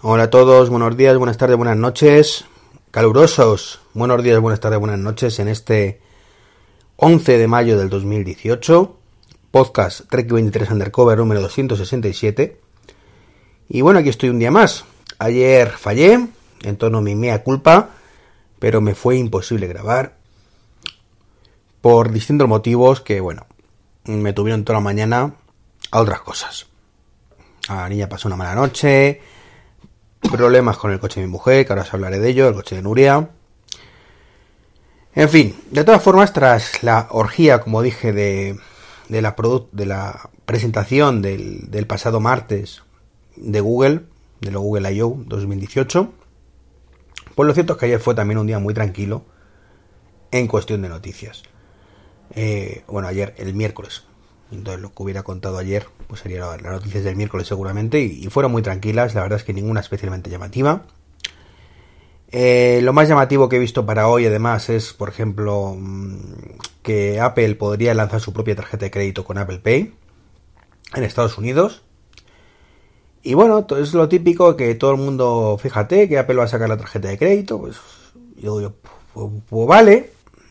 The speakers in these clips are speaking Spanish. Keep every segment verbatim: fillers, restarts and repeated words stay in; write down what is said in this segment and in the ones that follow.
Hola a todos, buenos días, buenas tardes, buenas noches, calurosos, buenos días, buenas tardes, buenas noches en este once de mayo del dos mil dieciocho, podcast Trek veintitrés Undercover número doscientos sesenta y siete. Y bueno, aquí estoy un día más. Ayer fallé, en torno a mi mea culpa, pero me fue imposible grabar por distintos motivos que, bueno, me tuvieron toda la mañana a otras cosas. A la niña pasó una mala noche, problemas con el coche de mi mujer, que ahora os hablaré de ello, el coche de Nuria. En fin, de todas formas, tras la orgía, como dije, de, de, la, produ- de la presentación del, del pasado martes de Google, de lo Google I O dos mil dieciocho, pues lo cierto es que ayer fue también un día muy tranquilo en cuestión de noticias. Eh, bueno, ayer, el miércoles. Entonces lo que hubiera contado ayer pues sería las noticias del miércoles seguramente, y, y fueron muy tranquilas, la verdad es que ninguna especialmente llamativa. Eh, lo más llamativo que he visto para hoy además es, por ejemplo, que Apple podría lanzar su propia tarjeta de crédito con Apple Pay en Estados Unidos. Y bueno, es lo típico que todo el mundo, fíjate que Apple va a sacar la tarjeta de crédito, pues yo digo, pues, pues vale,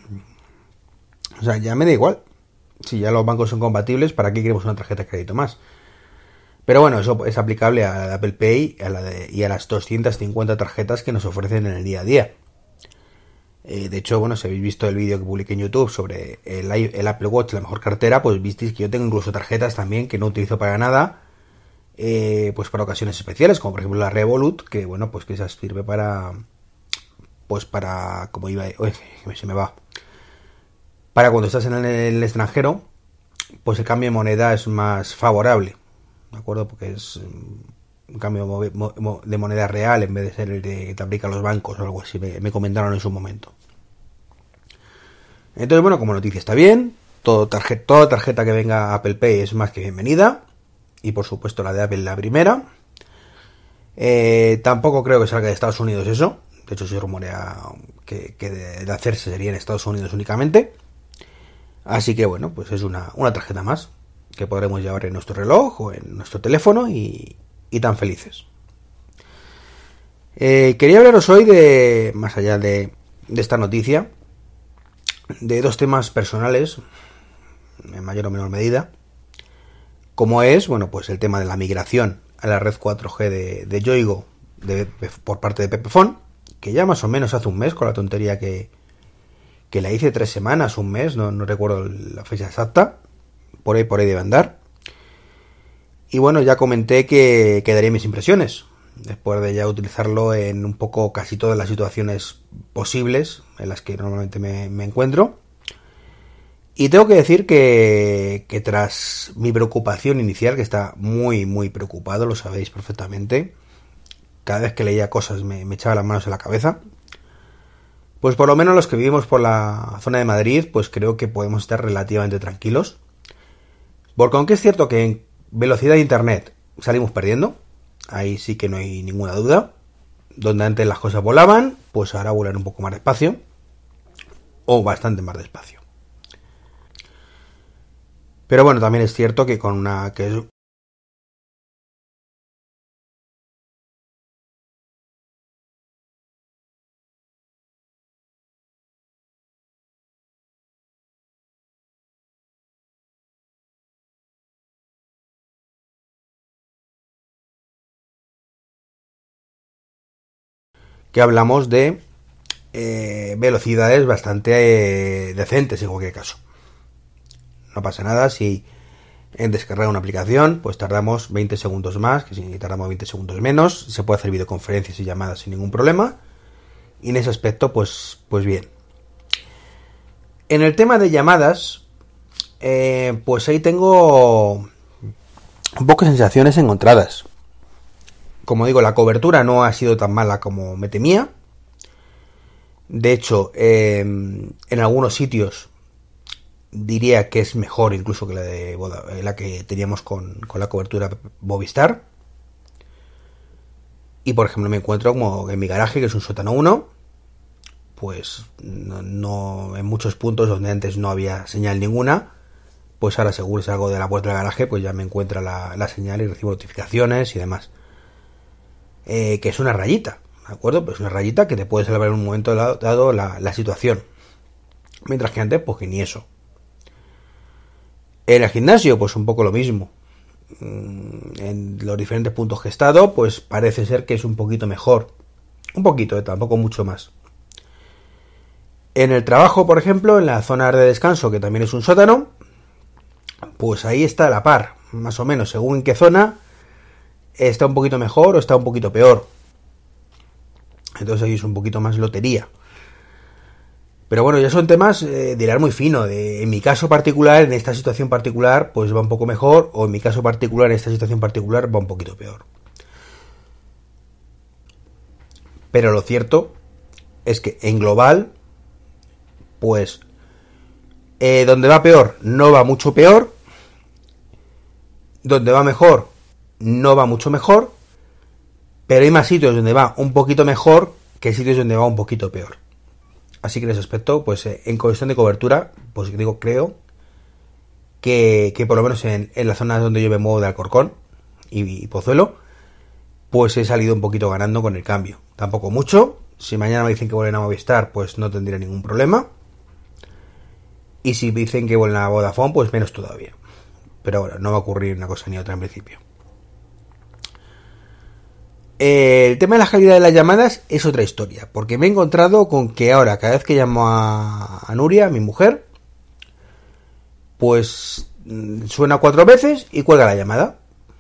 o sea, ya me da igual. Si ya los bancos son compatibles, ¿para qué queremos una tarjeta de crédito más? Pero bueno, eso es aplicable a Apple Pay a la de, y a las doscientas cincuenta tarjetas que nos ofrecen en el día a día. Eh, de hecho, bueno, si habéis visto el vídeo que publiqué en YouTube sobre el, el Apple Watch, la mejor cartera, pues visteis que yo tengo incluso tarjetas también que no utilizo para nada, eh, pues para ocasiones especiales, como por ejemplo la Revolut, que bueno, pues que esa sirve para, pues para, como iba, uy, se me va, para cuando estás en el extranjero, pues el cambio de moneda es más favorable, ¿de acuerdo? Porque es un cambio de moneda real en vez de ser el de que te aplican los bancos o algo así, me, me comentaron en su momento. Entonces, bueno, como noticia está bien, todo tarjeta, toda tarjeta que venga a Apple Pay es más que bienvenida, y por supuesto la de Apple la primera. Eh, tampoco creo que salga de Estados Unidos eso, de hecho se rumorea que, que de, de hacerse sería en Estados Unidos únicamente. Así que bueno, pues es una, una tarjeta más que podremos llevar en nuestro reloj o en nuestro teléfono y, y tan felices. Eh, quería hablaros hoy de, más allá de, de esta noticia, de dos temas personales, en mayor o menor medida, como es, bueno, pues el tema de la migración a la red cuatro G de, de Yoigo de, por parte de Pepephone, que ya más o menos hace un mes, con la tontería que que la hice tres semanas, un mes, no, no recuerdo la fecha exacta, por ahí por ahí debe andar. Y bueno, ya comenté que, que daría mis impresiones, después de ya utilizarlo en un poco casi todas las situaciones posibles en las que normalmente me, me encuentro. Y tengo que decir que, que tras mi preocupación inicial, que está muy muy preocupado, lo sabéis perfectamente, cada vez que leía cosas me, me echaba las manos en la cabeza, pues por lo menos los que vivimos por la zona de Madrid, pues creo que podemos estar relativamente tranquilos. Porque aunque es cierto que en velocidad de internet salimos perdiendo, ahí sí que no hay ninguna duda. Donde antes las cosas volaban, pues ahora vuelan un poco más despacio, o bastante más despacio. Pero bueno, también es cierto que con una que es que hablamos de eh, velocidades bastante eh, decentes en cualquier caso. No pasa nada si en descargar una aplicación pues tardamos veinte segundos más, que si tardamos veinte segundos menos, se puede hacer videoconferencias y llamadas sin ningún problema, y en ese aspecto pues, pues bien. En el tema de llamadas, eh, pues ahí tengo un poco sensaciones encontradas. Como digo, la cobertura no ha sido tan mala como me temía. De hecho, eh, en algunos sitios diría que es mejor incluso que la de la que teníamos con, con la cobertura Movistar. Y por ejemplo me encuentro como en mi garaje, que es un sótano uno, pues no, no en muchos puntos donde antes no había señal ninguna, pues ahora seguro salgo de la puerta del garaje, pues ya me encuentra la, la señal y recibo notificaciones y demás. eh, que es una rayita, ¿de acuerdo? Pues una rayita que te puede salvar en un momento dado la, la situación. Mientras que antes, pues que ni eso. En el gimnasio, pues un poco lo mismo. En los diferentes puntos que he estado, pues parece ser que es un poquito mejor. Un poquito, eh, tampoco mucho más. En el trabajo, por ejemplo, en la zona de descanso, que también es un sótano, pues ahí está a la par, más o menos, según en qué zona está un poquito mejor o está un poquito peor. Entonces ahí es un poquito más lotería. Pero bueno, ya son temas eh, de hilar muy fino. De, en mi caso particular, en esta situación particular, pues va un poco mejor, o en mi caso particular, en esta situación particular, va un poquito peor. Pero lo cierto es que en global, pues eh, donde va peor no va mucho peor, donde va mejor no va mucho mejor, pero hay más sitios donde va un poquito mejor que sitios donde va un poquito peor. Así que en ese aspecto, pues eh, en cuestión de cobertura, pues digo, creo que, que por lo menos en, en la zona donde yo me muevo de Alcorcón y, y Pozuelo, pues he salido un poquito ganando con el cambio. Tampoco mucho. Si mañana me dicen que vuelven a Movistar, pues no tendría ningún problema. Y si me dicen que vuelven a Vodafone, pues menos todavía. Pero bueno, no va a ocurrir una cosa ni otra en principio. El tema de la calidad de las llamadas es otra historia, porque me he encontrado con que ahora, cada vez que llamo a, a Nuria, a mi mujer, pues suena cuatro veces y cuelga la llamada.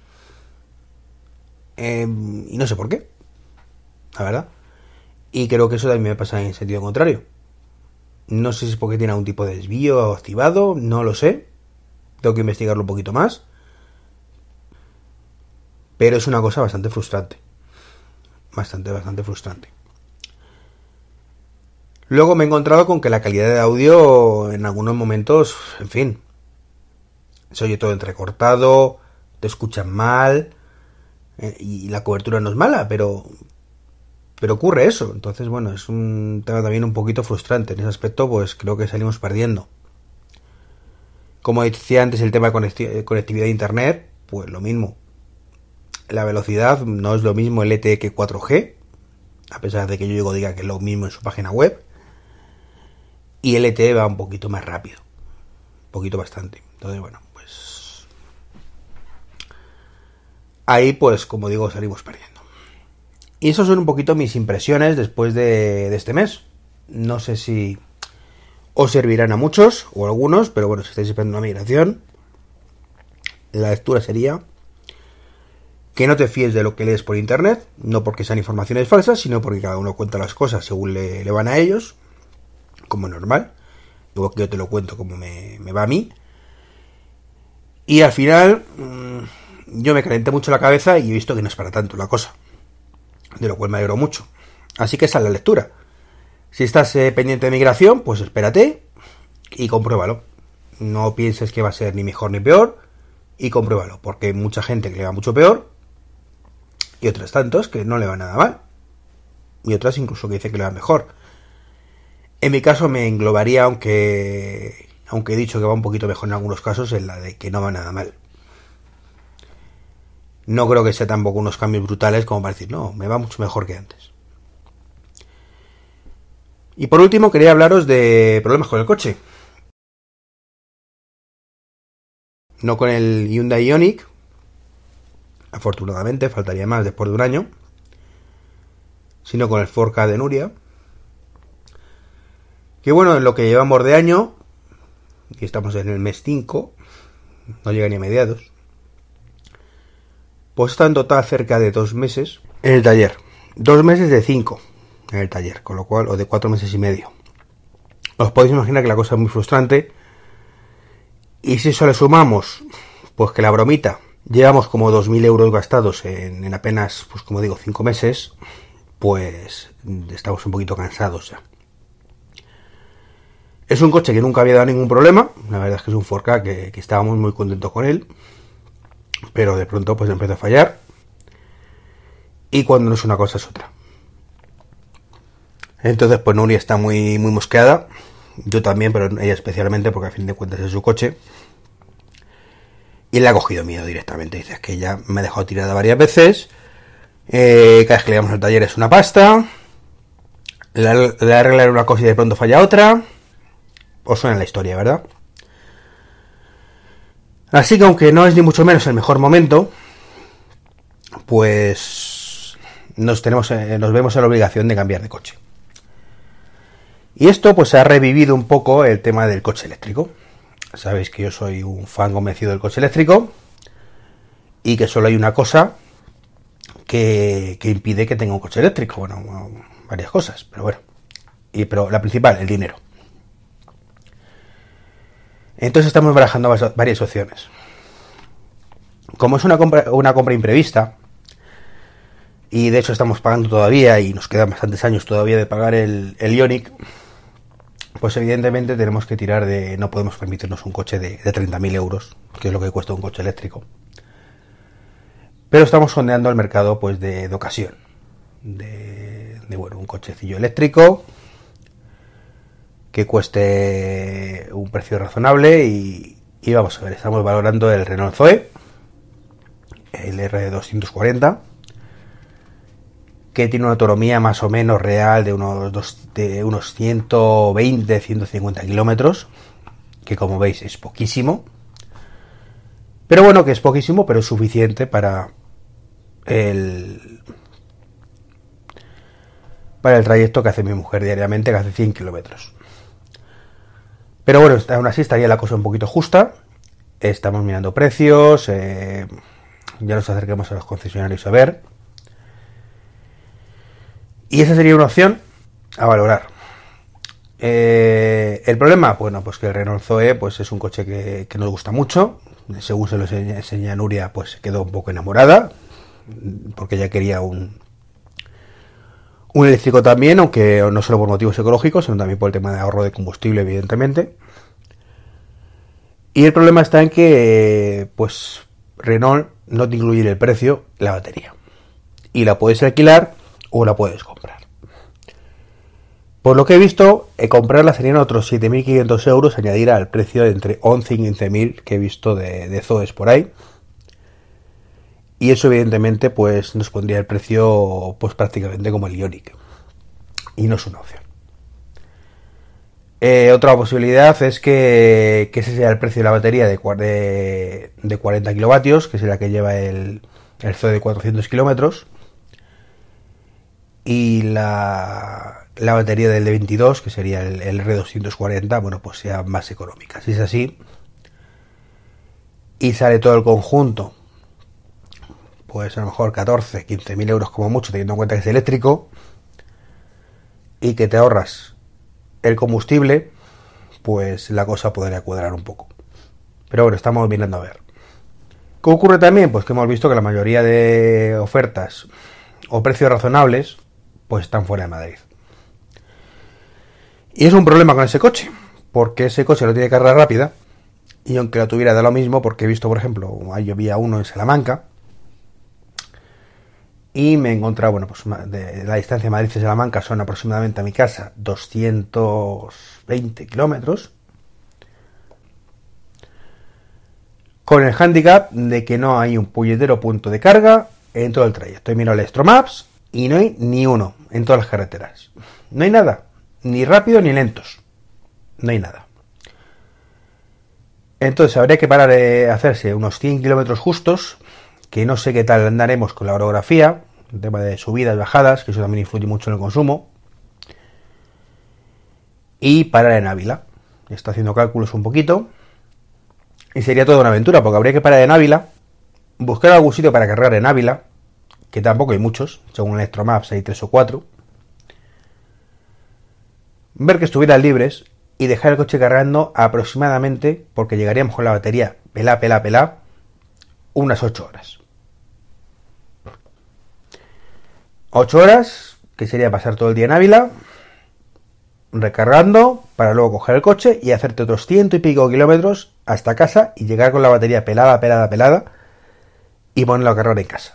Eh, y no sé por qué, la verdad. Y creo que eso también me pasa en sentido contrario. No sé si es porque tiene algún tipo de desvío activado, no lo sé. Tengo que investigarlo un poquito más. Pero es una cosa bastante frustrante. Bastante, bastante frustrante. Luego me he encontrado con que la calidad de audio en algunos momentos, en fin, se oye todo entrecortado, te escuchan mal, eh, y la cobertura no es mala, pero pero ocurre eso. Entonces, bueno, es un tema también un poquito frustrante. En ese aspecto, pues creo que salimos perdiendo. Como decía antes, el tema de conecti- conectividad de internet, pues lo mismo. La velocidad no es lo mismo L T E que cuatro G, a pesar de que yo diga que es lo mismo en su página web. Y L T E va un poquito más rápido, un poquito bastante. Entonces, bueno, pues ahí, pues como digo, salimos perdiendo. Y eso son un poquito mis impresiones después de, de este mes. No sé si os servirán a muchos o a algunos, pero bueno, si estáis esperando una migración, la lectura sería que no te fíes de lo que lees por internet, no porque sean informaciones falsas, sino porque cada uno cuenta las cosas según le, le van a ellos, como normal, igual que yo te lo cuento como me, me va a mí. Y al final mmm, yo me calenté mucho la cabeza y he visto que no es para tanto la cosa, de lo cual me alegro mucho. Así que esa es la lectura. Si estás eh, pendiente de migración, pues espérate y compruébalo. No pienses que va a ser ni mejor ni peor, y compruébalo, porque hay mucha gente que le va mucho peor y otras tantos que no le va nada mal, y otras incluso que dice que le va mejor. En mi caso me englobaría, aunque aunque he dicho que va un poquito mejor en algunos casos, en la de que no va nada mal. No creo que sea tampoco unos cambios brutales como para decir, no, me va mucho mejor que antes. Y por último quería hablaros de problemas con el coche. No con el Hyundai Ioniq, afortunadamente, faltaría más después de un año, sino con el cuatro K de Nuria. Que bueno, en lo que llevamos de año, y estamos en el mes cinco, no llega ni a mediados, pues está en total cerca de dos meses en el taller. Dos meses de cinco en el taller, con lo cual, o de cuatro meses y medio. Os podéis imaginar que la cosa es muy frustrante. Y si eso le sumamos, pues que la bromita, llevamos como dos mil euros gastados en, en apenas, pues como digo, cinco meses, pues estamos un poquito cansados ya. Es un coche que nunca había dado ningún problema. La verdad es que es un cuatro K que, que estábamos muy contentos con él, pero de pronto pues empezó a fallar, y cuando no es una cosa es otra. Entonces pues Nuria está muy, muy mosqueada, yo también, pero ella especialmente, porque a fin de cuentas es su coche, y le ha cogido miedo directamente. Dice, es que ella me ha dejado tirada varias veces, Eh, cada vez que le damos al taller es una pasta. Le, le arreglan una cosa y de pronto falla otra. Os suena la historia, ¿verdad? Así que aunque no es ni mucho menos el mejor momento, pues nos tenemos, eh, nos vemos en la obligación de cambiar de coche. Y esto pues ha revivido un poco el tema del coche eléctrico. Sabéis que yo soy un fan convencido del coche eléctrico y que solo hay una cosa que, que impide que tenga un coche eléctrico. Bueno, varias cosas, pero bueno. Y, pero la principal, el dinero. Entonces estamos barajando varias opciones. Como es una compra, una compra imprevista, y de hecho estamos pagando todavía y nos quedan bastantes años todavía de pagar el, el Ioniq, pues evidentemente tenemos que tirar de... No podemos permitirnos un coche de, de treinta mil euros, que es lo que cuesta un coche eléctrico. Pero estamos sondeando el mercado pues de, de ocasión. De, de, bueno, un cochecillo eléctrico que cueste un precio razonable y, y vamos a ver, estamos valorando el Renault Zoe, el R doscientos cuarenta, que tiene una autonomía más o menos real de unos, dos, de unos ciento veinte a ciento cincuenta kilómetros, que como veis es poquísimo, pero bueno, que es poquísimo, pero es suficiente para el para el trayecto que hace mi mujer diariamente, que hace cien kilómetros. Pero bueno, aún así estaría la cosa un poquito justa. Estamos mirando precios, eh, ya nos acerquemos a los concesionarios a ver. Y esa sería una opción a valorar. Eh, el problema, bueno, pues que el Renault Zoe pues es un coche que, que nos gusta mucho. Según se lo enseña Nuria, pues se quedó un poco enamorada, porque ella quería un, un eléctrico también, aunque no solo por motivos ecológicos, sino también por el tema de ahorro de combustible, evidentemente. Y el problema está en que, pues, Renault no te incluye en el precio la batería. Y la puedes alquilar o la puedes comprar. Por lo que he visto, eh, comprarla serían otros siete mil quinientos euros, añadir al precio de entre once y quince mil que he visto de, de Zoes por ahí. Y eso evidentemente pues nos pondría el precio pues prácticamente como el Ioniq. Y no es una opción. Eh, otra posibilidad es que, que ese sea el precio de la batería de, de, de cuarenta kilovatios, que es la que lleva el, el Zoe de cuatrocientos kilómetros. Y la, la batería del de veintidós, que sería el, el R doscientos cuarenta, bueno, pues sea más económica. Si es así, y sale todo el conjunto, pues a lo mejor catorce, quince mil euros como mucho, teniendo en cuenta que es eléctrico, y que te ahorras el combustible, pues la cosa podría cuadrar un poco. Pero bueno, estamos mirando a ver. ¿Qué ocurre también? Pues que hemos visto que la mayoría de ofertas o precios razonables pues están fuera de Madrid. Y es un problema con ese coche, porque ese coche no tiene carga rápida, y aunque lo tuviera da lo mismo, porque he visto, por ejemplo, ahí había uno en Salamanca, y me he encontrado, bueno, pues de la distancia de Madrid a Salamanca son aproximadamente a mi casa doscientos veinte kilómetros, con el hándicap de que no hay un puñetero punto de carga en todo el trayecto. He mirado el Stromaps y no hay ni uno en todas las carreteras. No hay nada, ni rápido ni lentos. No hay nada. Entonces habría que parar de hacerse unos cien kilómetros justos, que no sé qué tal andaremos con la orografía, el tema de subidas, bajadas, que eso también influye mucho en el consumo. Y parar en Ávila. Está haciendo cálculos un poquito. Y sería toda una aventura, porque habría que parar en Ávila, buscar algún sitio para cargar en Ávila, que tampoco hay muchos, según Electromaps hay tres o cuatro, ver que estuvieran libres y dejar el coche cargando aproximadamente, porque llegaríamos con la batería pelá, pelá, pelá, unas ocho horas. ocho horas, que sería pasar todo el día en Ávila, recargando, para luego coger el coche y hacerte otros ciento y pico kilómetros hasta casa y llegar con la batería pelada, pelada, pelada y ponerlo a cargar en casa.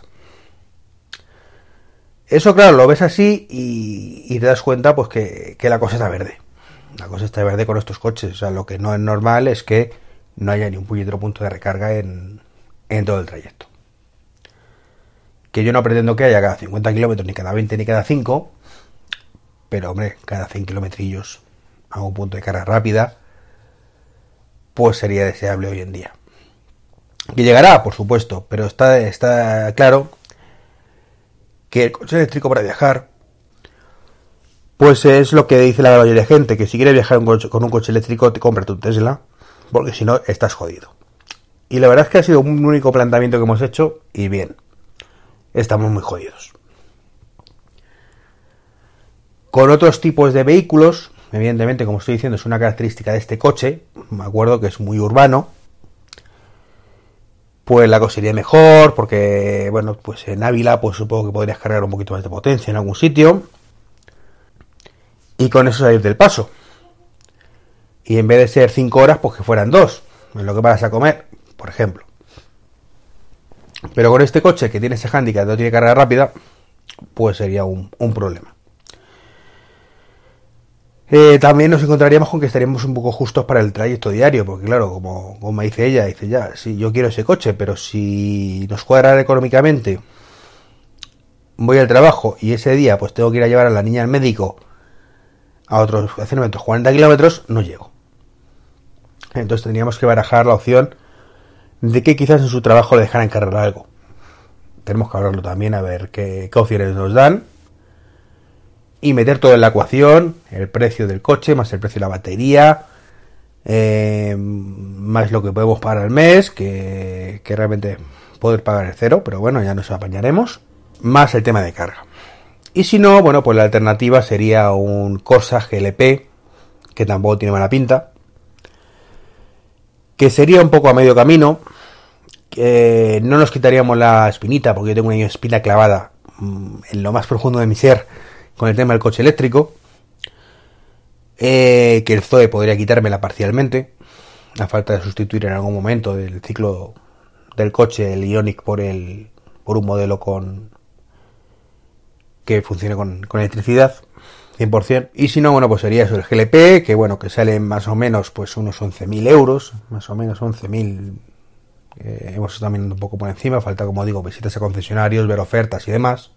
Eso, claro, lo ves así y, y te das cuenta pues que, que la cosa está verde. La cosa está verde con estos coches. O sea, lo que no es normal es que no haya ni un puñetero punto de recarga en, en todo el trayecto. que yo no pretendo que haya cada cincuenta kilómetros, ni cada veinte, ni cada cinco, pero hombre, cada cien kilometrillos a un punto de carga rápida, pues sería deseable hoy en día. Que llegará, por supuesto, pero está, está claro que el coche eléctrico para viajar, pues es lo que dice la mayoría de gente, que si quieres viajar con un coche eléctrico, te compras tu Tesla, porque si no, estás jodido. Y la verdad es que ha sido un único planteamiento que hemos hecho, y bien, estamos muy jodidos. Con otros tipos de vehículos, evidentemente, como estoy diciendo, es una característica de este coche, me acuerdo que es muy urbano, pues la cosa iría mejor, porque, bueno, pues en Ávila, pues supongo que podrías cargar un poquito más de potencia en algún sitio, y con eso salir del paso. Y en vez de ser cinco horas, pues que fueran dos, en lo que vas a comer, por ejemplo. Pero con este coche, que tiene ese hándicap de no tiene carga rápida, pues sería un, un problema. Eh, también nos encontraríamos con que estaríamos un poco justos para el trayecto diario, porque claro, como, como me dice ella, dice ya, sí, yo quiero ese coche, pero si nos cuadra económicamente, voy al trabajo y ese día pues tengo que ir a llevar a la niña al médico a otros cuarenta kilómetros, no llego. Entonces tendríamos que barajar la opción de que quizás en su trabajo le dejaran cargar algo. Tenemos que hablarlo también, a ver qué, qué opciones nos dan. Y meter todo en la ecuación, el precio del coche, más el precio de la batería, eh, más lo que podemos pagar al mes, que, que realmente poder pagar el cero, pero bueno, ya nos apañaremos, más el tema de carga. Y si no, bueno, pues la alternativa sería un Corsa G L P, que tampoco tiene mala pinta, que sería un poco a medio camino, que no nos quitaríamos la espinita, porque yo tengo una espina clavada en lo más profundo de mi ser, con el tema del coche eléctrico, eh, que el Zoe podría quitármela parcialmente, a falta de sustituir en algún momento del ciclo del coche el Ioniq por el por un modelo con que funcione con, con electricidad cien por ciento, y si no, bueno, pues sería eso, el G L P, que bueno, que sale más o menos pues unos once mil euros, más o menos once mil, eh, hemos estado mirando un poco por encima, falta, como digo, visitas a concesionarios, ver ofertas y demás.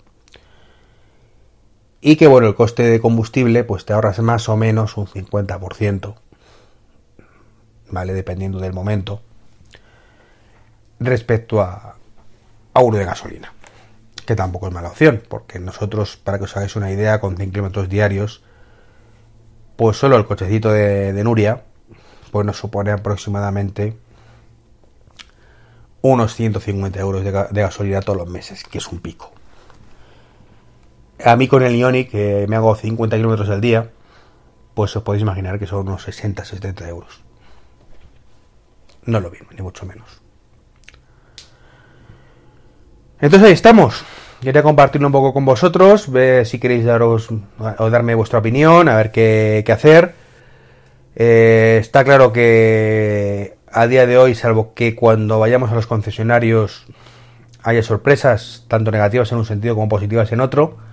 Y que bueno, el coste de combustible pues te ahorras más o menos un cincuenta por ciento, ¿vale? Dependiendo del momento, respecto a, a uno de gasolina, que tampoco es mala opción, porque nosotros, para que os hagáis una idea, con cien kilómetros diarios, pues solo el cochecito de, de Nuria, pues nos supone aproximadamente unos ciento cincuenta euros de, de gasolina todos los meses, que es un pico. A mí con el Ioniq, que me hago cincuenta kilómetros al día, pues os podéis imaginar que son unos sesenta a setenta euros. No lo mismo, ni mucho menos. Entonces ahí estamos. Quería compartirlo un poco con vosotros, ver si queréis daros o darme vuestra opinión, a ver qué, qué hacer. Eh, está claro que a día de hoy, salvo que cuando vayamos a los concesionarios haya sorpresas, tanto negativas en un sentido como positivas en otro,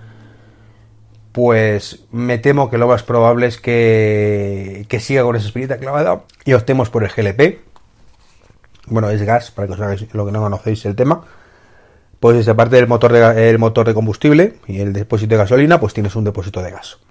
pues me temo que lo más probable es que, que siga con esa espinita clavada y optemos por el G L P. Bueno, es gas, para que os hagáis lo que no conocéis el tema. Pues aparte del motor de, el motor de combustible y el depósito de gasolina, pues tienes un depósito de gas.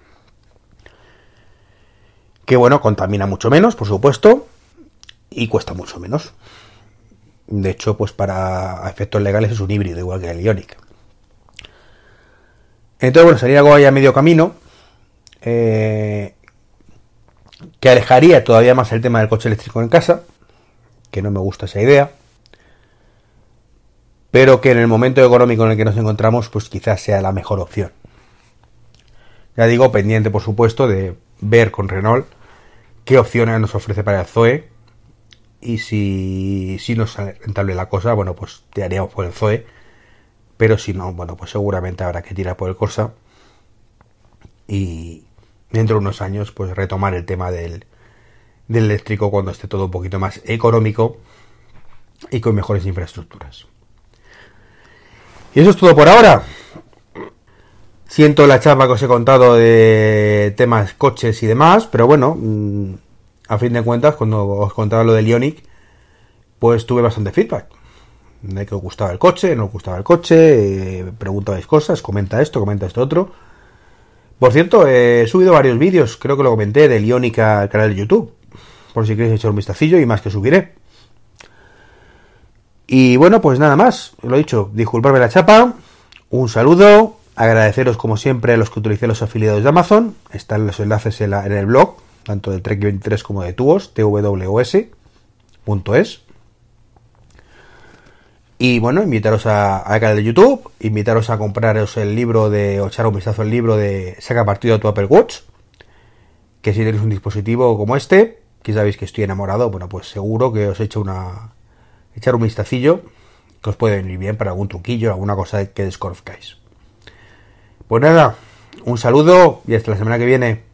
Que bueno, contamina mucho menos, por supuesto, y cuesta mucho menos. De hecho, pues para efectos legales es un híbrido, igual que el Ioniq. Entonces, bueno, sería algo ahí a medio camino, eh, que alejaría todavía más el tema del coche eléctrico en casa, que no me gusta esa idea, pero que en el momento económico en el que nos encontramos, pues quizás sea la mejor opción. Ya digo, pendiente, por supuesto, de ver con Renault qué opciones nos ofrece para el Zoe, y si, si nos sale rentable la cosa, bueno, pues tiraríamos por el Zoe. Pero si no, bueno, pues seguramente habrá que tirar por el Corsa y dentro de unos años pues retomar el tema del, del eléctrico cuando esté todo un poquito más económico y con mejores infraestructuras. Y eso es todo por ahora. Siento la chapa que os he contado de temas coches y demás, pero bueno, a fin de cuentas, cuando os contaba lo del Ioniq, pues tuve bastante feedback. de que os gustaba el coche, no os gustaba el coche, eh, preguntabais cosas, comenta esto, comenta esto otro. Por cierto, eh, he subido varios vídeos, creo que lo comenté, del Iónica al canal de YouTube, por si queréis echar un vistacillo y más que subiré. Y bueno, pues nada más, lo he dicho, disculpadme la chapa, un saludo, agradeceros como siempre a los que utilicé los afiliados de Amazon, están los enlaces en, la, en el blog, tanto de Trek veintitrés como de Tuos, T W O S punto es. Y bueno, invitaros a, al canal de YouTube, invitaros a compraros el libro de, o echar un vistazo al libro de Saca partido a tu Apple Watch, que si tenéis un dispositivo como este, que sabéis que estoy enamorado, bueno, pues seguro que os echo una, echar un vistacillo, que os puede venir bien para algún truquillo, alguna cosa que desconozcáis. Pues nada, un saludo y hasta la semana que viene.